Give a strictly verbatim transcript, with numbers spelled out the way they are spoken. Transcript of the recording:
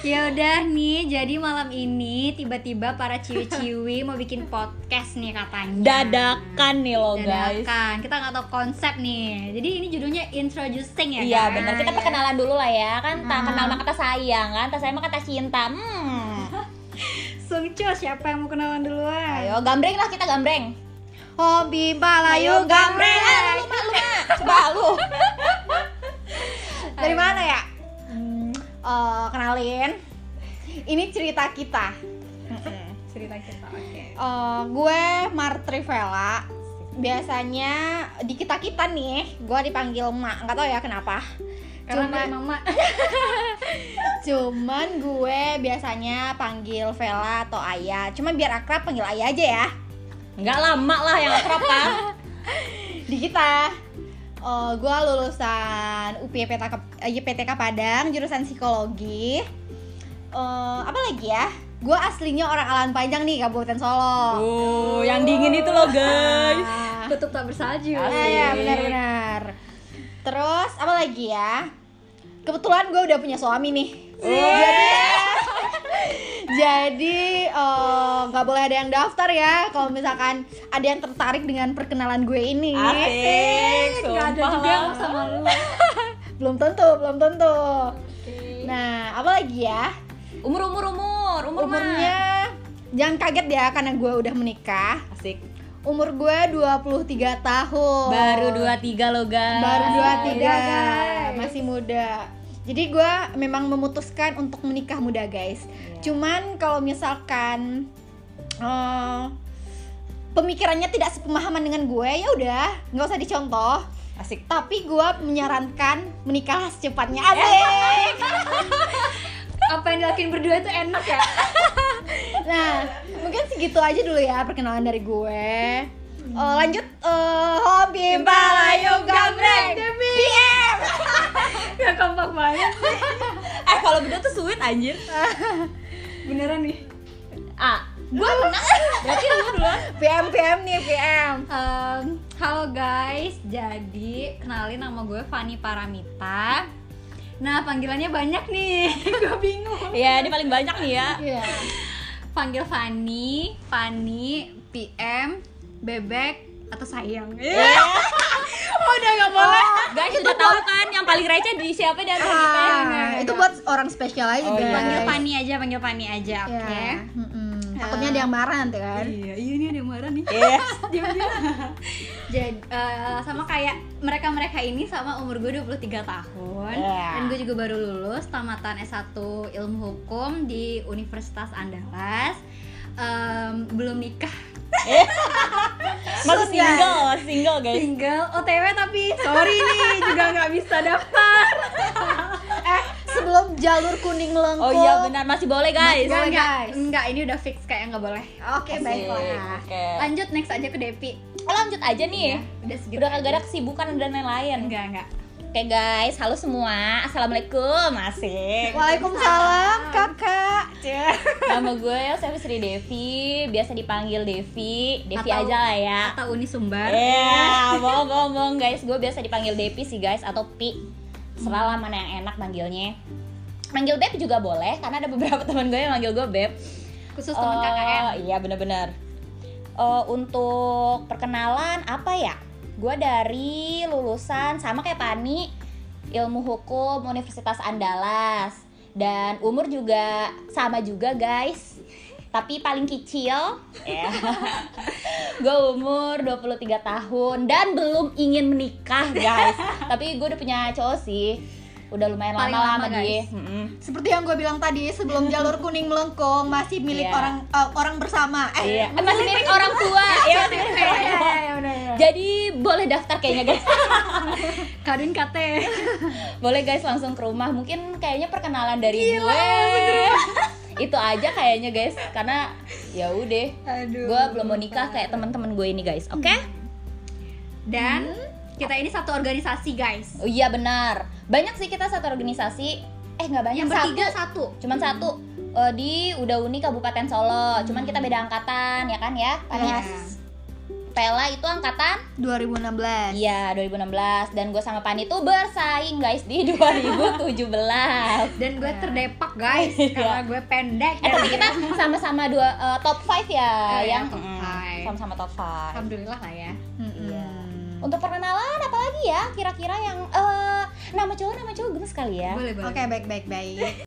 Ya udah nih, jadi malam ini tiba-tiba para ciwi-ciwi mau bikin podcast nih katanya. Dadakan nih lo guys. Dadakan, kita nggak tahu konsep nih. Jadi ini judulnya introducing ya. Iya kan? benar, kita perkenalan dulu lah ya kan. Tak Hmm. kenal maka kata sayang kan, tak sayang maka kata cinta. Hmm. Sungco, siapa yang mau kenalan duluan? Ayo gambreng lah kita gambreng. Hobi balayu gambreng. Ah, lu mah lu mah. Coba lu. Dari mana ya? Hmm, eh, kenalin. Ini cerita kita. Cerita kita, oke. Eh, gue Martrivela. Biasanya di kita-kita nih, gue dipanggil Mak. Nggak tahu ya kenapa. Karena Cuma- dari mama. Cuman gue biasanya panggil Vela atau Ayah. Cuma biar akrab panggil Ayah aja ya. Enggak lama lah yang akrab kan. Di kita eh, gue lulusan U P Y P T K, Y P T K Padang, jurusan psikologi. Eh, apa lagi ya? Gue aslinya orang Alan Panjang nih, Kabupaten Solo. Oh, yang dingin itu loh guys. Ah, Kutub tak bersalju. ah, ya benar-benar. Terus apa lagi ya? Kebetulan gue udah punya suami nih. Jadi, jadi eh, nggak boleh ada yang daftar ya. Kalau misalkan ada yang tertarik dengan perkenalan gue ini. Asik, Gak ada sumpah juga lah. yang mau sama lu. Belum tentu, belum tentu. Nah, apa lagi ya? Umur umur umur umur mah. Umurnya jangan kaget ya karena gue udah menikah. Asik. Umur gue dua puluh tiga tahun. Baru dua puluh tiga lo guys. Baru dua puluh tiga, Muda, guys. masih muda. Jadi gue memang memutuskan untuk menikah muda guys. Cuman kalau misalkan eh, pemikirannya tidak sepemahaman dengan gue, ya udah nggak usah dicontoh. Asik. Tapi gue menyarankan menikah secepatnya. Asik. Apa yang dilakuin berdua itu enak ya? Nah, mungkin segitu aja dulu ya perkenalan dari gue. Eh, lanjut eh, hobi balayu gambreng P M. Gak kompak banget sih. Eh kalau berdua tuh sweet anjir. Beneran nih. Ah, gua menang. Berarti lu duluan. P M P M nih P M. Um, halo guys, jadi kenalin nama gue Fanny Paramita. Nah, panggilannya banyak nih. Gue bingung. Iya, ini paling banyak nih ya. Iya. Panggil Fanny, Fanny, P M, Bebek atau sayang. Oh, udah nggak boleh. Guys, sudah tahu kan yang paling receh di siapa di antara kita? Ah, itu buat orang spesial aja Oh, guys. iya. Panggil Fanny aja, panggil Fanny aja, oke? Ya. Mm-mm. Takutnya ada yang marah nanti kan. Iya, iya ini ada yang marah nih. Yes. Jadi eh, sama kayak mereka-mereka ini sama umur gue dua puluh tiga tahun. Yeah. Dan gue juga baru lulus tamatan S satu Ilmu Hukum di Universitas Andalas. Em, belum nikah, Masih single, single guys. single, O T W tapi sorry nih juga nggak bisa daftar. Eh, sebelum jalur kuning melengkung. Oh iya benar, masih boleh guys. Boleh, enggak, guys. enggak, ini udah fix kayak nggak boleh. Oke, Asik, baiklah. Oke. Lanjut next aja ke Depi. Oh, lanjut aja nih. Udah segitu. Udah kagak ada aja. kesibukan dan lain-lain. Enggak, enggak. Oke guys, halo semua. Assalamualaikum. Asik. Waalaikumsalam, Kakak. Nama gue Selvi Sri Devi, biasa dipanggil Devi. Devi Atau- aja lah ya. Atau Uni Sumbar. Iya, bohong-bohong guys. Gue biasa dipanggil Devi sih guys, atau Pi. Serah lah mana yang enak manggilnya. Manggil Beb juga boleh, karena ada beberapa teman gue yang manggil gue Beb. Khusus teman Eh, K K N. Iya benar-benar. Eh, untuk perkenalan apa ya? Gue dari lulusan sama kayak Pani, Ilmu Hukum Universitas Andalas. Dan umur juga sama juga guys. Tapi paling kecil ya. Gue umur dua puluh tiga tahun dan belum ingin menikah guys. Tapi gue udah punya cowok sih. Udah lumayan Paling lama lah lama, sama dia. guys. Mm-mm. Seperti yang gue bilang tadi, sebelum jalur kuning melengkung masih milik Iya. orang eh, orang bersama. Eh, Iya. Eh, masih milik orang tua. Iya, masih milik orang iya, tua. iya, udah, ya. Jadi boleh daftar kayaknya guys. Kadin K T. Boleh guys langsung ke rumah. Mungkin kayaknya perkenalan dari gue. Itu aja kayaknya guys. Karena ya udah. Aduh. Gue belum mau nikah kayak teman-teman gue ini guys. Oke? Dan kita ini satu organisasi, guys. Oh iya benar. Banyak sih kita satu organisasi. Eh nggak banyak. Yang satu. bertiga satu. Cuman satu. Eh, di Uda Uni Kabupaten Solo. Cuman kita beda angkatan ya kan ya? Panis. Yes. Vela itu angkatan dua ribu enam belas. iya dua ribu enam belas, dan gue sama Pani tuh bersaing guys di dua ribu tujuh belas. Dan gue terdepak guys karena gue pendek. Eh tapi kita sama-sama dua eh, top lima ya, Oh, iya, yang top mm, five. sama-sama top lima. Alhamdulillah lah ya. Iya. Untuk perkenalan apalagi ya kira-kira yang eh nama cowok nama cowok gemes sekali ya. Boleh boleh. Oke, baik baik baik.